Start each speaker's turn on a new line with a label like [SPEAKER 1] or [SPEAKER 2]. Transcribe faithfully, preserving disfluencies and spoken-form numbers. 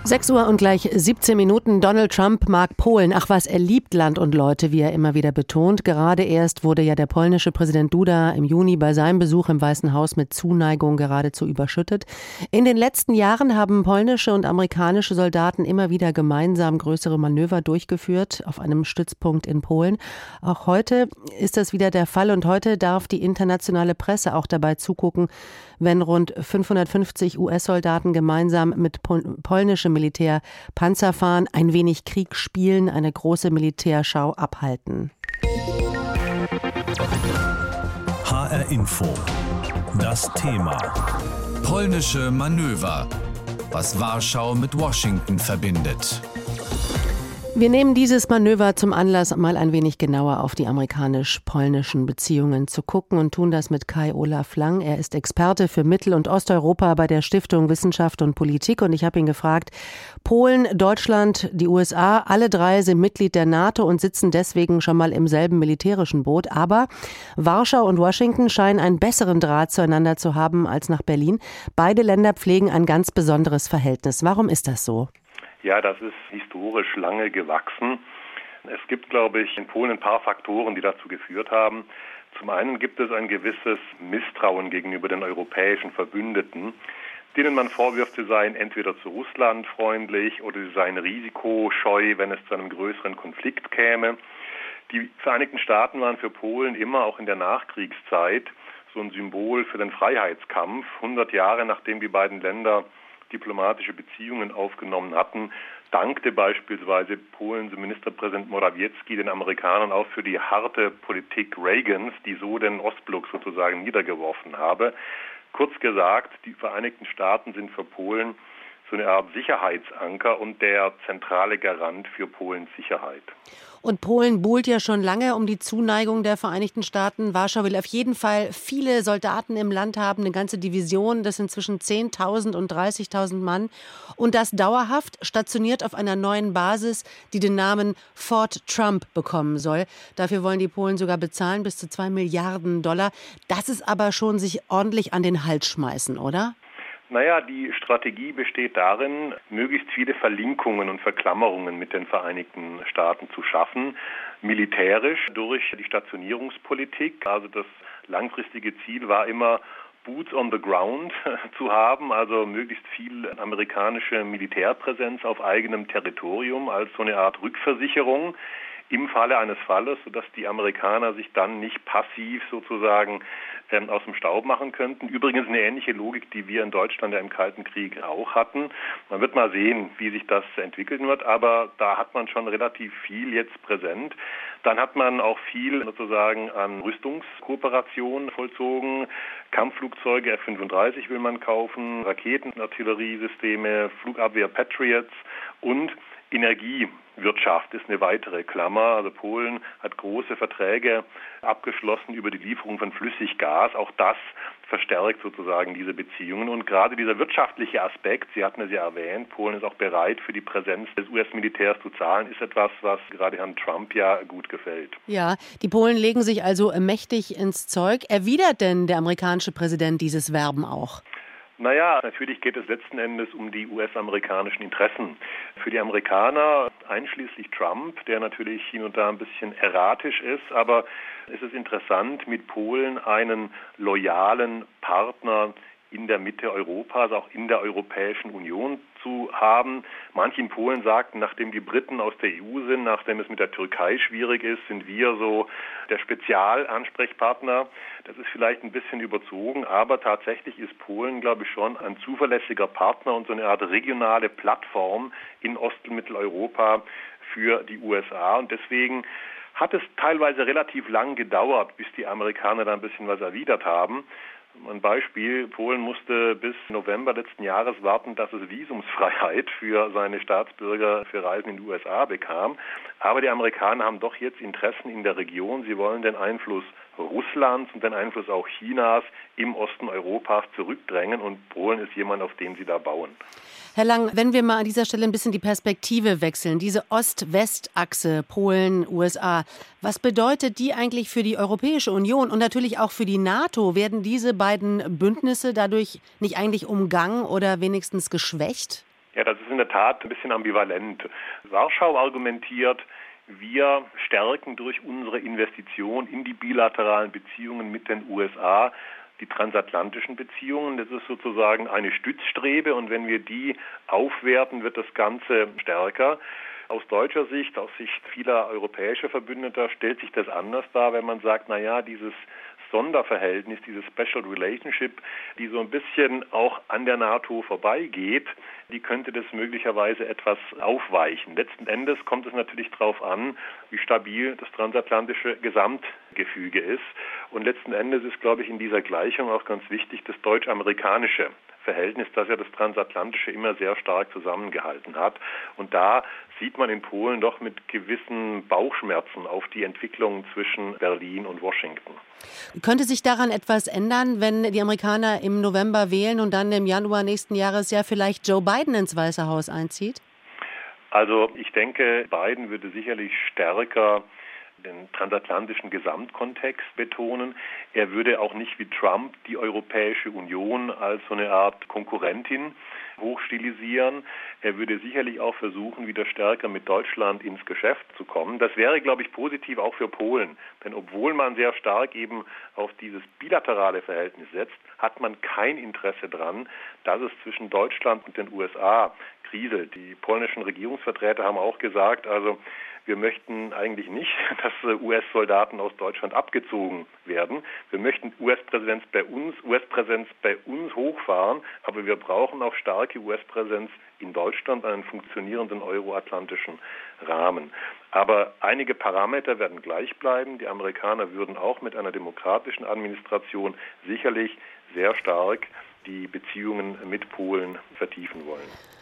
[SPEAKER 1] sechs Uhr und gleich siebzehn Minuten. Donald Trump mag Polen. Ach was, er liebt Land und Leute, wie er immer wieder betont. Gerade erst wurde ja der polnische Präsident Duda im Juni bei seinem Besuch im Weißen Haus mit Zuneigung geradezu überschüttet. In den letzten Jahren haben polnische und amerikanische Soldaten immer wieder gemeinsam größere Manöver durchgeführt auf einem Stützpunkt in Polen. Auch heute ist das wieder der Fall und heute darf die internationale Presse auch dabei zugucken, wenn rund fünfhundertfünfzig U S-Soldaten gemeinsam mit pol- polnischem Militär Panzer fahren, ein wenig Krieg spielen, eine große Militärschau abhalten.
[SPEAKER 2] H R Info. Das Thema.
[SPEAKER 3] Polnische Manöver. Was Warschau mit Washington verbindet.
[SPEAKER 1] Wir nehmen dieses Manöver zum Anlass, mal ein wenig genauer auf die amerikanisch-polnischen Beziehungen zu gucken und tun das mit Kai Olaf Lang. Er ist Experte für Mittel- und Osteuropa bei der Stiftung Wissenschaft und Politik und ich habe ihn gefragt, Polen, Deutschland, die U S A, alle drei sind Mitglied der NATO und sitzen deswegen schon mal im selben militärischen Boot, aber Warschau und Washington scheinen einen besseren Draht zueinander zu haben als nach Berlin. Beide Länder pflegen ein ganz besonderes Verhältnis. Warum ist das so?
[SPEAKER 4] Ja, das ist historisch lange gewachsen. Es gibt, glaube ich, in Polen ein paar Faktoren, die dazu geführt haben. Zum einen gibt es ein gewisses Misstrauen gegenüber den europäischen Verbündeten, denen man vorwirft, sie seien entweder zu Russland freundlich oder sie seien risikoscheu, wenn es zu einem größeren Konflikt käme. Die Vereinigten Staaten waren für Polen immer, auch in der Nachkriegszeit, so ein Symbol für den Freiheitskampf. hundert Jahre nachdem die beiden Länder diplomatische Beziehungen aufgenommen hatten, dankte beispielsweise Polens Ministerpräsident Morawiecki den Amerikanern auch für die harte Politik Reagans, die so den Ostblock sozusagen niedergeworfen habe. Kurz gesagt, die Vereinigten Staaten sind für Polen so eine Art Sicherheitsanker und der zentrale Garant für Polens Sicherheit.
[SPEAKER 1] Und Polen buhlt ja schon lange um die Zuneigung der Vereinigten Staaten. Warschau will auf jeden Fall viele Soldaten im Land haben, eine ganze Division, das sind zwischen zehntausend und dreißigtausend Mann. Und das dauerhaft stationiert auf einer neuen Basis, die den Namen Fort Trump bekommen soll. Dafür wollen die Polen sogar bezahlen, bis zu zwei Milliarden Dollar. Das ist aber schon sich ordentlich an den Hals schmeißen, oder?
[SPEAKER 4] Naja, die Strategie besteht darin, möglichst viele Verlinkungen und Verklammerungen mit den Vereinigten Staaten zu schaffen, militärisch durch die Stationierungspolitik. Also das langfristige Ziel war immer, Boots on the ground zu haben, also möglichst viel amerikanische Militärpräsenz auf eigenem Territorium als so eine Art Rückversicherung im Falle eines Falles, sodass die Amerikaner sich dann nicht passiv sozusagen ähm, aus dem Staub machen könnten. Übrigens eine ähnliche Logik, die wir in Deutschland ja im Kalten Krieg auch hatten. Man wird mal sehen, wie sich das entwickeln wird, aber da hat man schon relativ viel jetzt präsent. Dann hat man auch viel sozusagen an Rüstungskooperation vollzogen. Kampfflugzeuge F fünfunddreißig will man kaufen, Raketen, Artilleriesysteme, Flugabwehr Patriots und Energiewirtschaft ist eine weitere Klammer. Also Polen hat große Verträge abgeschlossen über die Lieferung von Flüssiggas. Auch das verstärkt sozusagen diese Beziehungen. Und gerade dieser wirtschaftliche Aspekt, Sie hatten es ja erwähnt, Polen ist auch bereit, für die Präsenz des U S-Militärs zu zahlen, ist etwas, was gerade Herrn Trump ja gut gefällt.
[SPEAKER 1] Ja, die Polen legen sich also mächtig ins Zeug. Erwidert denn der amerikanische Präsident dieses Werben auch?
[SPEAKER 4] Naja, natürlich geht es letzten Endes um die U S-amerikanischen Interessen. Für die Amerikaner, einschließlich Trump, der natürlich hin und da ein bisschen erratisch ist, aber es ist interessant, mit Polen einen loyalen Partner in der Mitte Europas, auch in der Europäischen Union zu haben. Manche in Polen sagten, nachdem die Briten aus der E U sind, nachdem es mit der Türkei schwierig ist, sind wir so der Spezialansprechpartner. Das ist vielleicht ein bisschen überzogen, aber tatsächlich ist Polen, glaube ich, schon ein zuverlässiger Partner und so eine Art regionale Plattform in Ost- und Mitteleuropa für die U S A. Und deswegen hat es teilweise relativ lang gedauert, bis die Amerikaner da ein bisschen was erwidert haben. Ein Beispiel, Polen musste bis November letzten Jahres warten, dass es Visumsfreiheit für seine Staatsbürger für Reisen in die U S A bekam. Aber die Amerikaner haben doch jetzt Interessen in der Region. Sie wollen den Einfluss Russlands und den Einfluss auch Chinas im Osten Europas zurückdrängen. Und Polen ist jemand, auf den sie da bauen.
[SPEAKER 1] Herr Lang, wenn wir mal an dieser Stelle ein bisschen die Perspektive wechseln, diese Ost-West-Achse Polen, U S A, was bedeutet die eigentlich für die Europäische Union und natürlich auch für die NATO? Werden diese beiden Bündnisse dadurch nicht eigentlich umgangen oder wenigstens geschwächt?
[SPEAKER 4] Ja, das ist in der Tat ein bisschen ambivalent. Warschau argumentiert, wir stärken durch unsere Investition in die bilateralen Beziehungen mit den U S A die transatlantischen Beziehungen. Das ist sozusagen eine Stützstrebe und wenn wir die aufwerten, wird das Ganze stärker. Aus deutscher Sicht, aus Sicht vieler europäischer Verbündeter stellt sich das anders dar, wenn man sagt, na ja, dieses Sonderverhältnis, diese Special Relationship, die so ein bisschen auch an der NATO vorbeigeht, die könnte das möglicherweise etwas aufweichen. Letzten Endes kommt es natürlich darauf an, wie stabil das transatlantische Gesamtgefüge ist. Und letzten Endes ist, glaube ich, in dieser Gleichung auch ganz wichtig das deutsch-amerikanische Verhältnis, das ja das Transatlantische immer sehr stark zusammengehalten hat. Und da sieht man in Polen doch mit gewissen Bauchschmerzen auf die Entwicklung zwischen Berlin und Washington.
[SPEAKER 1] Könnte sich daran etwas ändern, wenn die Amerikaner im November wählen und dann im Januar nächsten Jahres ja vielleicht Joe Biden ins Weiße Haus einzieht?
[SPEAKER 4] Also ich denke, Biden würde sicherlich stärker den transatlantischen Gesamtkontext betonen. Er würde auch nicht wie Trump die Europäische Union als so eine Art Konkurrentin hochstilisieren. Er würde sicherlich auch versuchen, wieder stärker mit Deutschland ins Geschäft zu kommen. Das wäre, glaube ich, positiv auch für Polen. Denn obwohl man sehr stark eben auf dieses bilaterale Verhältnis setzt, hat man kein Interesse daran, dass es zwischen Deutschland und den U S A kriselt. Die polnischen Regierungsvertreter haben auch gesagt, also wir möchten eigentlich nicht, dass U S-Soldaten aus Deutschland abgezogen werden. Wir möchten U S-Präsenz bei uns, U S-Präsenz bei uns hochfahren, aber wir brauchen auch starke U S-Präsenz in Deutschland, einen funktionierenden euroatlantischen Rahmen. Aber einige Parameter werden gleich bleiben. Die Amerikaner würden auch mit einer demokratischen Administration sicherlich sehr stark die Beziehungen mit Polen vertiefen wollen.